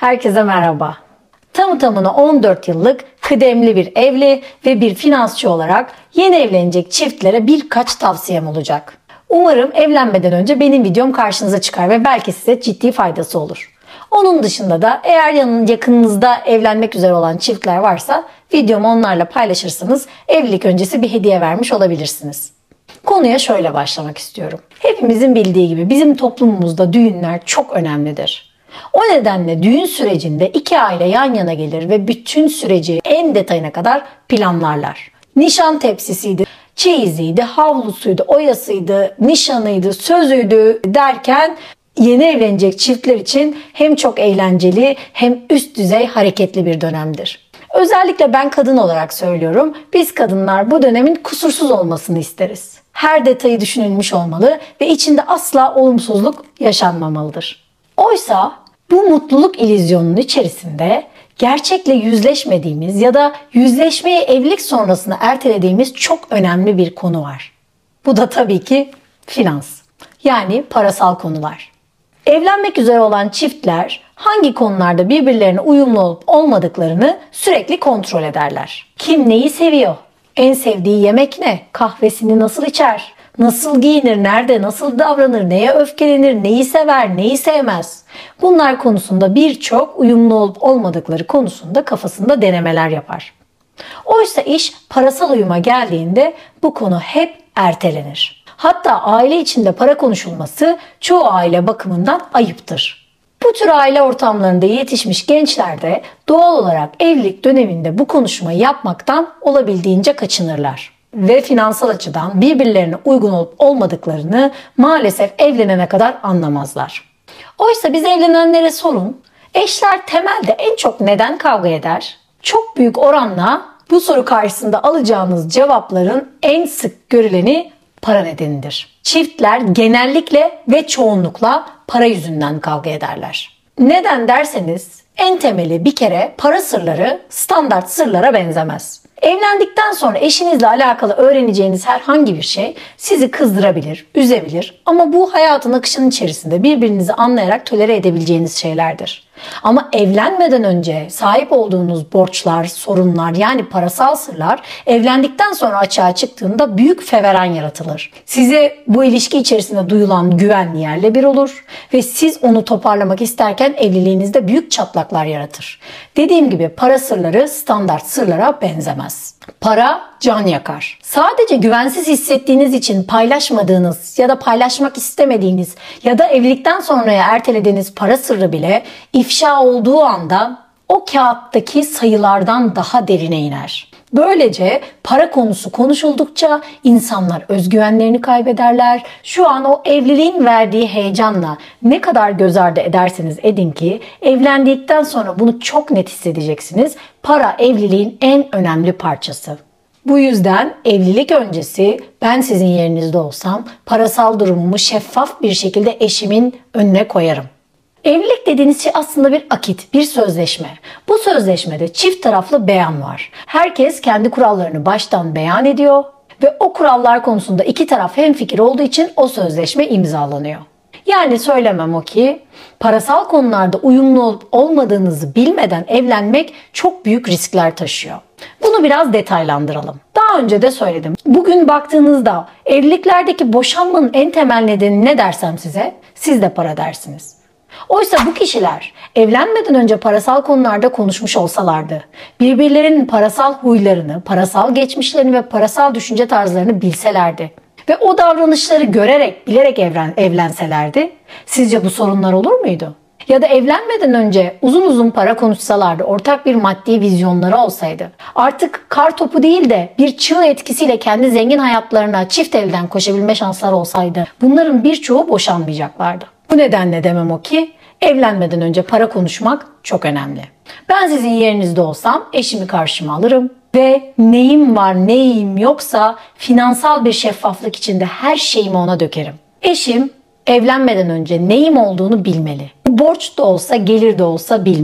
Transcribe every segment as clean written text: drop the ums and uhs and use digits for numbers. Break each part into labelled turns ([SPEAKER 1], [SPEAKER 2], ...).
[SPEAKER 1] Herkese merhaba. Tamı tamına 14 yıllık kıdemli bir evli ve bir finansçı olarak yeni evlenecek çiftlere birkaç tavsiyem olacak. Umarım evlenmeden önce benim videom karşınıza çıkar ve belki size ciddi faydası olur. Onun dışında da eğer yakınınızda evlenmek üzere olan çiftler varsa videomu onlarla paylaşırsanız evlilik öncesi bir hediye vermiş olabilirsiniz. Konuya şöyle başlamak istiyorum. Hepimizin bildiği gibi bizim toplumumuzda düğünler çok önemlidir. O nedenle düğün sürecinde iki aile yan yana gelir ve bütün süreci en detayına kadar planlarlar. Nişan tepsisiydi, çeyiziydi, havlusuydu, oyasıydı, nişanıydı, sözüydü derken yeni evlenecek çiftler için hem çok eğlenceli hem üst düzey hareketli bir dönemdir. Özellikle ben kadın olarak söylüyorum. Biz kadınlar bu dönemin kusursuz olmasını isteriz. Her detayı düşünülmüş olmalı ve içinde asla olumsuzluk yaşanmamalıdır. Oysa bu mutluluk illüzyonunun içerisinde gerçekle yüzleşmediğimiz ya da yüzleşmeyi evlilik sonrasına ertelediğimiz çok önemli bir konu var. Bu da tabii ki finans. Yani parasal konular. Evlenmek üzere olan çiftler hangi konularda birbirlerine uyumlu olup olmadıklarını sürekli kontrol ederler. Kim neyi seviyor? En sevdiği yemek ne? Kahvesini nasıl içer? Nasıl giyinir? Nerede? Nasıl davranır? Neye öfkelenir? Neyi sever? Neyi sevmez? Bunlar konusunda birçok uyumlu olup olmadıkları konusunda kafasında denemeler yapar. Oysa iş parasal uyuma geldiğinde bu konu hep ertelenir. Hatta aile içinde para konuşulması çoğu aile bakımından ayıptır. Bu tür aile ortamlarında yetişmiş gençler de doğal olarak evlilik döneminde bu konuşmayı yapmaktan olabildiğince kaçınırlar. Ve finansal açıdan birbirlerine uygun olup olmadıklarını maalesef evlenene kadar anlamazlar. Oysa biz evlenenlere sorun, eşler temelde en çok neden kavga eder? Çok büyük oranla bu soru karşısında alacağınız cevapların en sık görüleni para nedenidir. Çiftler genellikle ve çoğunlukla para yüzünden kavga ederler. Neden derseniz en temeli bir kere para sırları standart sırlara benzemez. Evlendikten sonra eşinizle alakalı öğreneceğiniz herhangi bir şey sizi kızdırabilir, üzebilir ama bu hayatın akışının içerisinde birbirinizi anlayarak tolere edebileceğiniz şeylerdir. Ama evlenmeden önce sahip olduğunuz borçlar, sorunlar yani parasal sırlar evlendikten sonra açığa çıktığında büyük feveran yaratılır. Size bu ilişki içerisinde duyulan güven yerle bir olur ve siz onu toparlamak isterken evliliğinizde büyük çatlaklar yaratır. Dediğim gibi para sırları standart sırlara benzemez. Para can yakar. Sadece güvensiz hissettiğiniz için paylaşmadığınız ya da paylaşmak istemediğiniz ya da evlilikten sonraya ertelediğiniz para sırrı bile ifşa olduğu anda o kağıttaki sayılardan daha derine iner. Böylece para konusu konuşuldukça insanlar özgüvenlerini kaybederler. Şu an o evliliğin verdiği heyecanla ne kadar göz ardı ederseniz edin ki evlendikten sonra bunu çok net hissedeceksiniz. Para evliliğin en önemli parçası. Bu yüzden evlilik öncesi ben sizin yerinizde olsam parasal durumumu şeffaf bir şekilde eşimin önüne koyarım. Evlilik dediğiniz şey aslında bir akit, bir sözleşme. Bu sözleşmede çift taraflı beyan var. Herkes kendi kurallarını baştan beyan ediyor ve o kurallar konusunda iki taraf hemfikir olduğu için o sözleşme imzalanıyor. Yani söylemem o ki parasal konularda uyumlu olup olmadığınızı bilmeden evlenmek çok büyük riskler taşıyor. Bunu biraz detaylandıralım. Daha önce de söyledim. Bugün baktığınızda evliliklerdeki boşanmanın en temel nedeni ne dersem size, siz de para dersiniz. Oysa bu kişiler evlenmeden önce parasal konularda konuşmuş olsalardı, birbirlerinin parasal huylarını, parasal geçmişlerini ve parasal düşünce tarzlarını bilselerdi ve o davranışları görerek, bilerek evlenselerdi, sizce bu sorunlar olur muydu? Ya da evlenmeden önce uzun uzun para konuşsalardı, ortak bir maddi vizyonları olsaydı, artık kar topu değil de bir çığ etkisiyle kendi zengin hayatlarına çift elden koşabilme şansları olsaydı, bunların birçoğu boşanmayacaklardı. Bu nedenle demem o ki evlenmeden önce para konuşmak çok önemli. Ben sizin yerinizde olsam eşimi karşıma alırım ve neyim var neyim yoksa finansal bir şeffaflık içinde her şeyimi ona dökerim. Eşim evlenmeden önce neyim olduğunu bilmeli. Borç da olsa gelir de olsa bilmeli.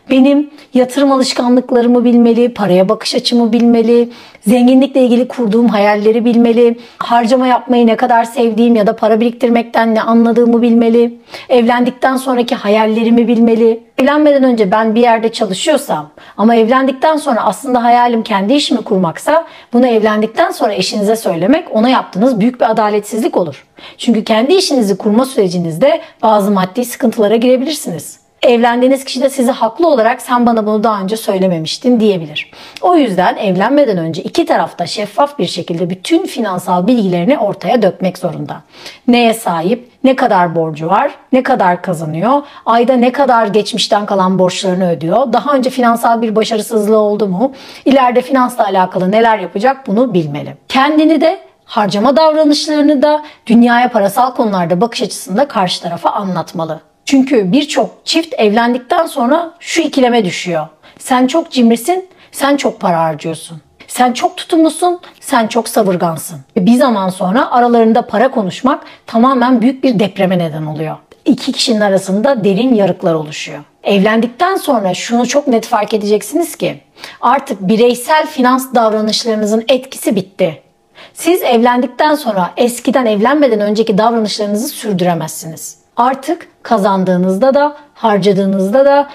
[SPEAKER 1] Benim yatırım alışkanlıklarımı bilmeli, paraya bakış açımı bilmeli, zenginlikle ilgili kurduğum hayalleri bilmeli, harcama yapmayı ne kadar sevdiğim ya da para biriktirmekten ne anladığımı bilmeli, evlendikten sonraki hayallerimi bilmeli. Evlenmeden önce ben bir yerde çalışıyorsam ama evlendikten sonra aslında hayalim kendi işimi kurmaksa bunu evlendikten sonra eşinize söylemek ona yaptığınız büyük bir adaletsizlik olur. Çünkü kendi işinizi kurma sürecinizde bazı maddi sıkıntılara girebilirsiniz. Evlendiğiniz kişi de size haklı olarak sen bana bunu daha önce söylememiştin diyebilir. O yüzden evlenmeden önce iki taraf da şeffaf bir şekilde bütün finansal bilgilerini ortaya dökmek zorunda. Neye sahip, ne kadar borcu var, ne kadar kazanıyor, ayda ne kadar geçmişten kalan borçlarını ödüyor, daha önce finansal bir başarısızlığı oldu mu, ileride finansla alakalı neler yapacak bunu bilmeli. Kendini de harcama davranışlarını da dünyaya parasal konularda bakış açısında karşı tarafa anlatmalı. Çünkü birçok çift evlendikten sonra şu ikileme düşüyor. Sen çok cimrisin, sen çok para harcıyorsun. Sen çok tutumlusun, sen çok savurgansın. Bir zaman sonra aralarında para konuşmak tamamen büyük bir depreme neden oluyor. İki kişinin arasında derin yarıklar oluşuyor. Evlendikten sonra şunu çok net fark edeceksiniz ki artık bireysel finans davranışlarınızın etkisi bitti. Siz evlendikten sonra eskiden evlenmeden önceki davranışlarınızı sürdüremezsiniz. Artık kazandığınızda da, harcadığınızda da,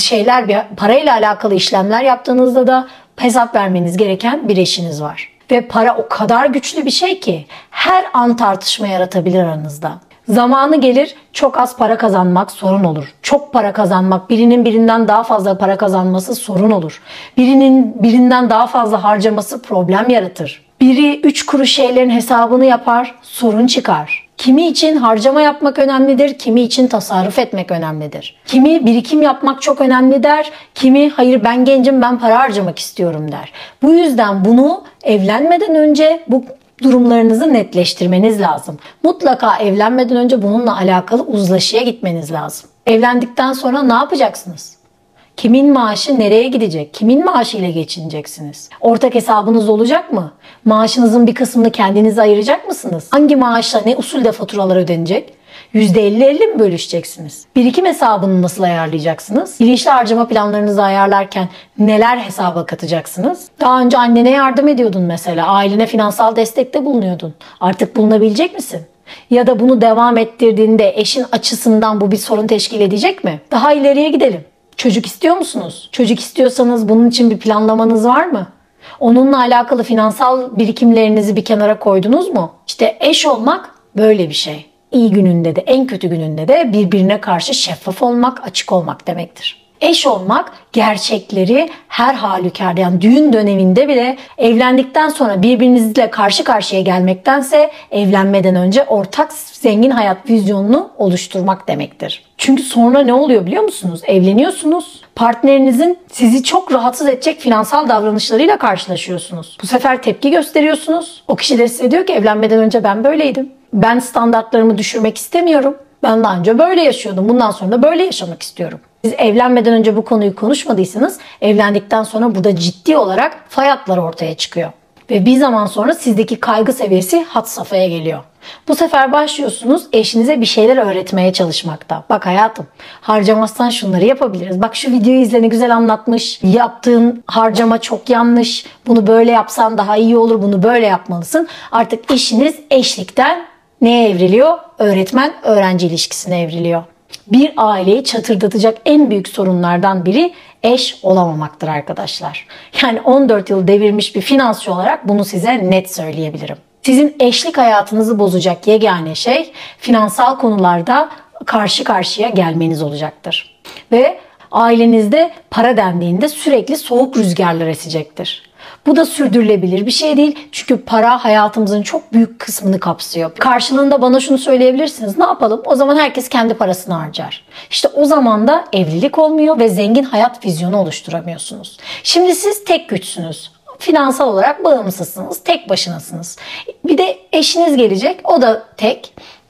[SPEAKER 1] parayla alakalı işlemler yaptığınızda da hesap vermeniz gereken bir eşiniz var. Ve para o kadar güçlü bir şey ki her an tartışma yaratabilir aranızda. Zamanı gelir çok az para kazanmak sorun olur. Çok para kazanmak, birinin birinden daha fazla para kazanması sorun olur. Birinin birinden daha fazla harcaması problem yaratır. Biri 3 kuruş şeylerin hesabını yapar, sorun çıkar. Kimi için harcama yapmak önemlidir, kimi için tasarruf etmek önemlidir. Kimi birikim yapmak çok önemli der, kimi hayır ben gencim ben para harcamak istiyorum der. Bu yüzden bunu evlenmeden önce bu durumlarınızı netleştirmeniz lazım. Mutlaka evlenmeden önce bununla alakalı uzlaşıya gitmeniz lazım. Evlendikten sonra ne yapacaksınız? Kimin maaşı nereye gidecek? Kimin maaşıyla geçineceksiniz? Ortak hesabınız olacak mı? Maaşınızın bir kısmını kendinize ayıracak mısınız? Hangi maaşla ne usulde faturalar ödenecek? %50-50 mi bölüşeceksiniz? Birikim hesabını nasıl ayarlayacaksınız? Bilinçli harcama planlarınızı ayarlarken neler hesaba katacaksınız? Daha önce annene yardım ediyordun mesela. Ailene finansal destekte bulunuyordun. Artık bulunabilecek misin? Ya da bunu devam ettirdiğinde eşin açısından bu bir sorun teşkil edecek mi? Daha ileriye gidelim. Çocuk istiyor musunuz? Çocuk istiyorsanız bunun için bir planlamanız var mı? Onunla alakalı finansal birikimlerinizi bir kenara koydunuz mu? İşte eş olmak böyle bir şey. İyi gününde de en kötü gününde de birbirine karşı şeffaf olmak, açık olmak demektir. Eş olmak gerçekleri her halükarda yani düğün döneminde bile evlendikten sonra birbirinizle karşı karşıya gelmektense evlenmeden önce ortak zengin hayat vizyonunu oluşturmak demektir. Çünkü sonra ne oluyor biliyor musunuz? Evleniyorsunuz. Partnerinizin sizi çok rahatsız edecek finansal davranışlarıyla karşılaşıyorsunuz. Bu sefer tepki gösteriyorsunuz. O kişi de size diyor ki evlenmeden önce ben böyleydim. Ben standartlarımı düşürmek istemiyorum. Ben daha önce böyle yaşıyordum. Bundan sonra da böyle yaşamak istiyorum. Siz evlenmeden önce bu konuyu konuşmadıysanız evlendikten sonra burada ciddi olarak fay hatları ortaya çıkıyor. Ve bir zaman sonra sizdeki kaygı seviyesi had safhaya geliyor. Bu sefer başlıyorsunuz eşinize bir şeyler öğretmeye çalışmakta. Bak hayatım harcamazsan şunları yapabiliriz. Bak şu videoyu izle ne güzel anlatmış. Yaptığın harcama çok yanlış. Bunu böyle yapsan daha iyi olur. Bunu böyle yapmalısın. Artık işiniz eşlikten neye evriliyor? Öğretmen-öğrenci ilişkisine evriliyor. Bir aileyi çatırdatacak en büyük sorunlardan biri eş olamamaktır arkadaşlar. Yani 14 yıl devirmiş bir finansçı olarak bunu size net söyleyebilirim. Sizin eşlik hayatınızı bozacak yegane şey finansal konularda karşı karşıya gelmeniz olacaktır. Ve ailenizde para dendiğinde sürekli soğuk rüzgarlar esecektir. Bu da sürdürülebilir bir şey değil. Çünkü para hayatımızın çok büyük kısmını kapsıyor. Karşılığında bana şunu söyleyebilirsiniz. Ne yapalım? O zaman herkes kendi parasını harcar. İşte o zaman da evlilik olmuyor ve zengin hayat vizyonu oluşturamıyorsunuz. Şimdi siz tek güçsünüz. Finansal olarak bağımsızsınız. Tek başınasınız. Bir de eşiniz gelecek. O da tek.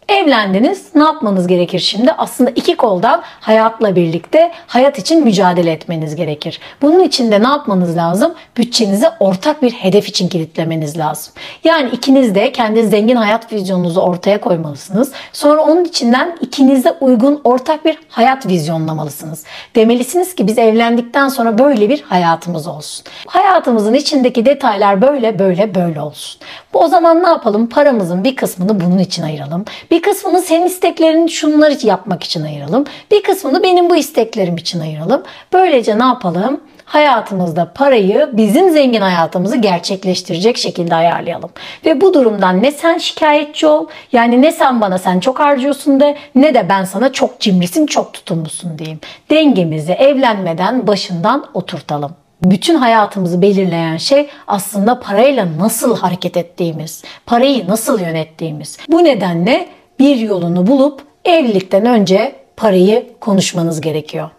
[SPEAKER 1] Evlendiniz. Ne yapmanız gerekir şimdi? Aslında iki koldan hayatla birlikte hayat için mücadele etmeniz gerekir. Bunun için de ne yapmanız lazım? Bütçenizi ortak bir hedef için kilitlemeniz lazım. Yani ikiniz de kendi zengin hayat vizyonunuzu ortaya koymalısınız. Sonra onun içinden ikinize uygun ortak bir hayat vizyonlamalısınız. Demelisiniz ki biz evlendikten sonra böyle bir hayatımız olsun. Hayatımızın içindeki detaylar böyle olsun. O zaman ne yapalım? Paramızın bir kısmını bunun için ayıralım. Bir kısmını senin isteklerini şunları yapmak için ayıralım. Bir kısmını benim bu isteklerim için ayıralım. Böylece ne yapalım? Hayatımızda parayı bizim zengin hayatımızı gerçekleştirecek şekilde ayarlayalım. Ve bu durumdan ne sen şikayetçi ol, yani ne sen bana sen çok harcıyorsun de, ne de ben sana çok cimrisin, çok tutumlusun diyeyim. Dengemizi evlenmeden başından oturtalım. Bütün hayatımızı belirleyen şey aslında parayla nasıl hareket ettiğimiz, parayı nasıl yönettiğimiz. Bu nedenle bir yolunu bulup evlilikten önce parayı konuşmanız gerekiyor.